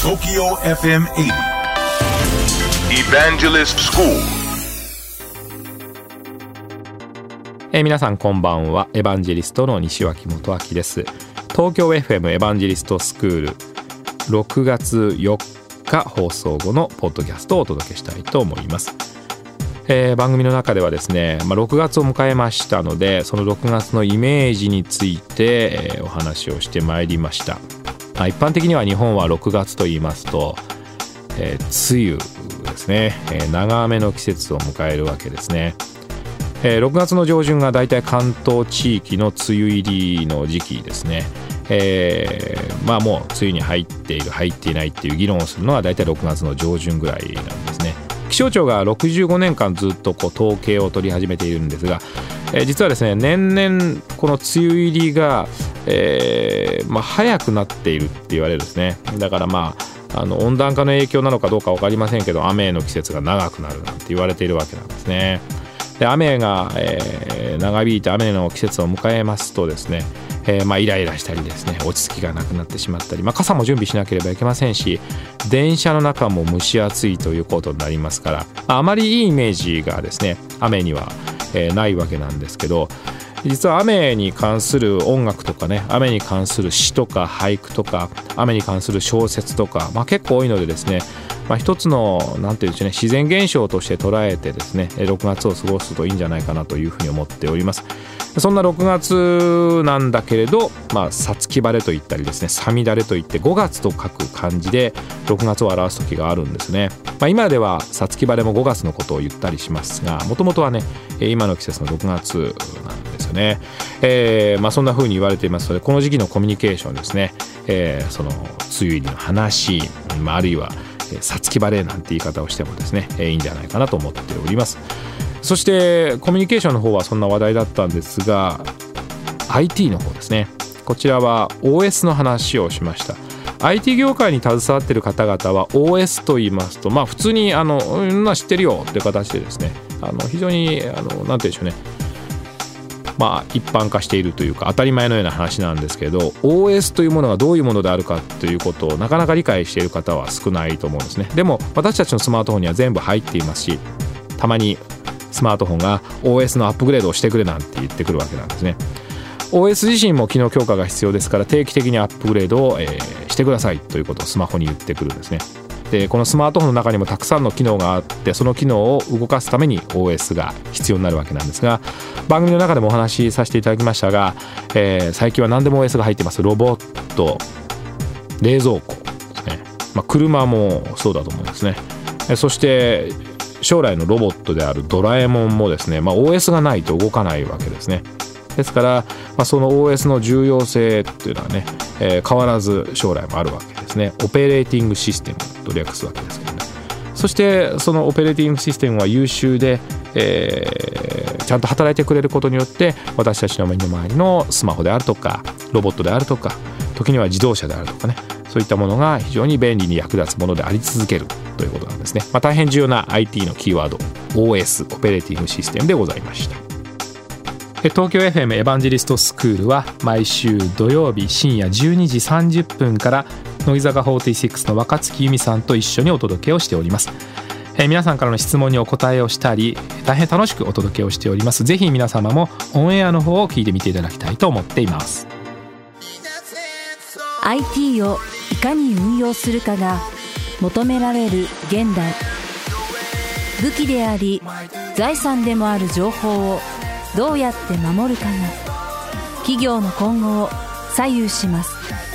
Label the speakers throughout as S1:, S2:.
S1: TOKYO FM 80 Evangelist School。
S2: 皆さんこんばんは。エヴァンジェリストの西脇元明です。東京 FM エヴァンジェリストスクール6月4日放送後のポッドキャストをお届けしたいと思います。番組の中ではですね、6月を迎えましたので、その6月のイメージについて、お話をしてまいりました。一般的には日本は6月と言いますと、梅雨ですね、長雨の季節を迎えるわけですね。6月の上旬がだいたい関東地域の梅雨入りの時期ですね。もう梅雨に入っている入っていないっていう議論をするのはだいたい6月の上旬ぐらいなんですね。気象庁が65年間ずっと統計を取り始めているんですが、実はですね、年々この梅雨入りが、早くなっているって言われるんですね。だから温暖化の影響なのかどうか分かりませんけど、雨の季節が長くなるなんて言われているわけなんですね。で、雨が、長引いて雨の季節を迎えますとですね、イライラしたりですね、落ち着きがなくなってしまったり、傘も準備しなければいけませんし、電車の中も蒸し暑いということになりますから、あまりいいイメージがですね、雨には、ないわけなんですけど、実は雨に関する音楽とかね、雨に関する詩とか俳句とか、雨に関する小説とか、結構多いのでですね、一つのなんていうんでしょうね、自然現象として捉えてですね、6月を過ごすといいんじゃないかなというふうに思っております。そんな6月なんだけれど、さつき晴れといったりですね、さみだれといって5月と書く漢字で6月を表す時があるんですね。今ではさつき晴れも5月のことを言ったりしますが、もともとはね、今の季節の6月なんですよね。そんな風に言われていますので、この時期のコミュニケーションですね、その梅雨入りの話、あるいはさつき晴れなんて言い方をしてもですね、いいんじゃないかなと思っております。そしてコミュニケーションの方はそんな話題だったんですが、 IT の方ですね。こちらは OS の話をしました。 IT 業界に携わっている方々は OS と言いますと、普通に知ってるよという形でですね、非常になんて言うんでしょうね、一般化しているというか当たり前のような話なんですけど、 OS というものがどういうものであるかということをなかなか理解している方は少ないと思うんですね。でも私たちのスマートフォンには全部入っていますし、たまにスマートフォンが OS のアップグレードをしてくれなんて言ってくるわけなんですね。 OS 自身も機能強化が必要ですから、定期的にアップグレードを、してくださいということをスマホに言ってくるんですね。で、このスマートフォンの中にもたくさんの機能があって、その機能を動かすために OS が必要になるわけなんですが、番組の中でもお話しさせていただきましたが、最近は何でも OS が入っています。ロボット、冷蔵庫ですね、車もそうだと思うんですね。そして将来のロボットであるドラえもんもですね、OS がないと動かないわけですね。ですから、その OS の重要性っていうのはね、変わらず将来もあるわけですね。オペレーティングシステムと略すわけですけどね。そしてそのオペレーティングシステムは優秀で、ちゃんと働いてくれることによって、私たちの身の回りのスマホであるとかロボットであるとか、時には自動車であるとかね、そういったものが非常に便利に役立つものであり続けるということなんですね。大変重要な IT のキーワード OS オペレーティングシステムでございました。東京 FM エヴァンジェリストスクールは毎週土曜日深夜12時30分から乃木坂46の若月由美さんと一緒にお届けをしております。皆さんからの質問にお答えをしたり、大変楽しくお届けをしております。ぜひ皆様もオンエアの方を聞いてみていただきたいと思っています。
S3: IT をいかに運用するかが求められる現代。武器であり財産でもある情報をどうやって守るかが企業の今後を左右します。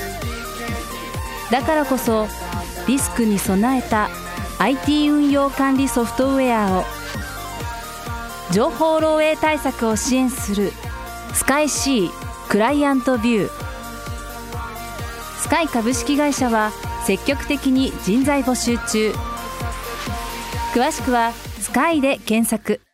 S3: だからこそリスクに備えた IT 運用管理ソフトウェアを、情報漏洩対策を支援するスカイ C クライアントビュー。スカイ株式会社は積極的に人材募集中。詳しくはスカイで検索。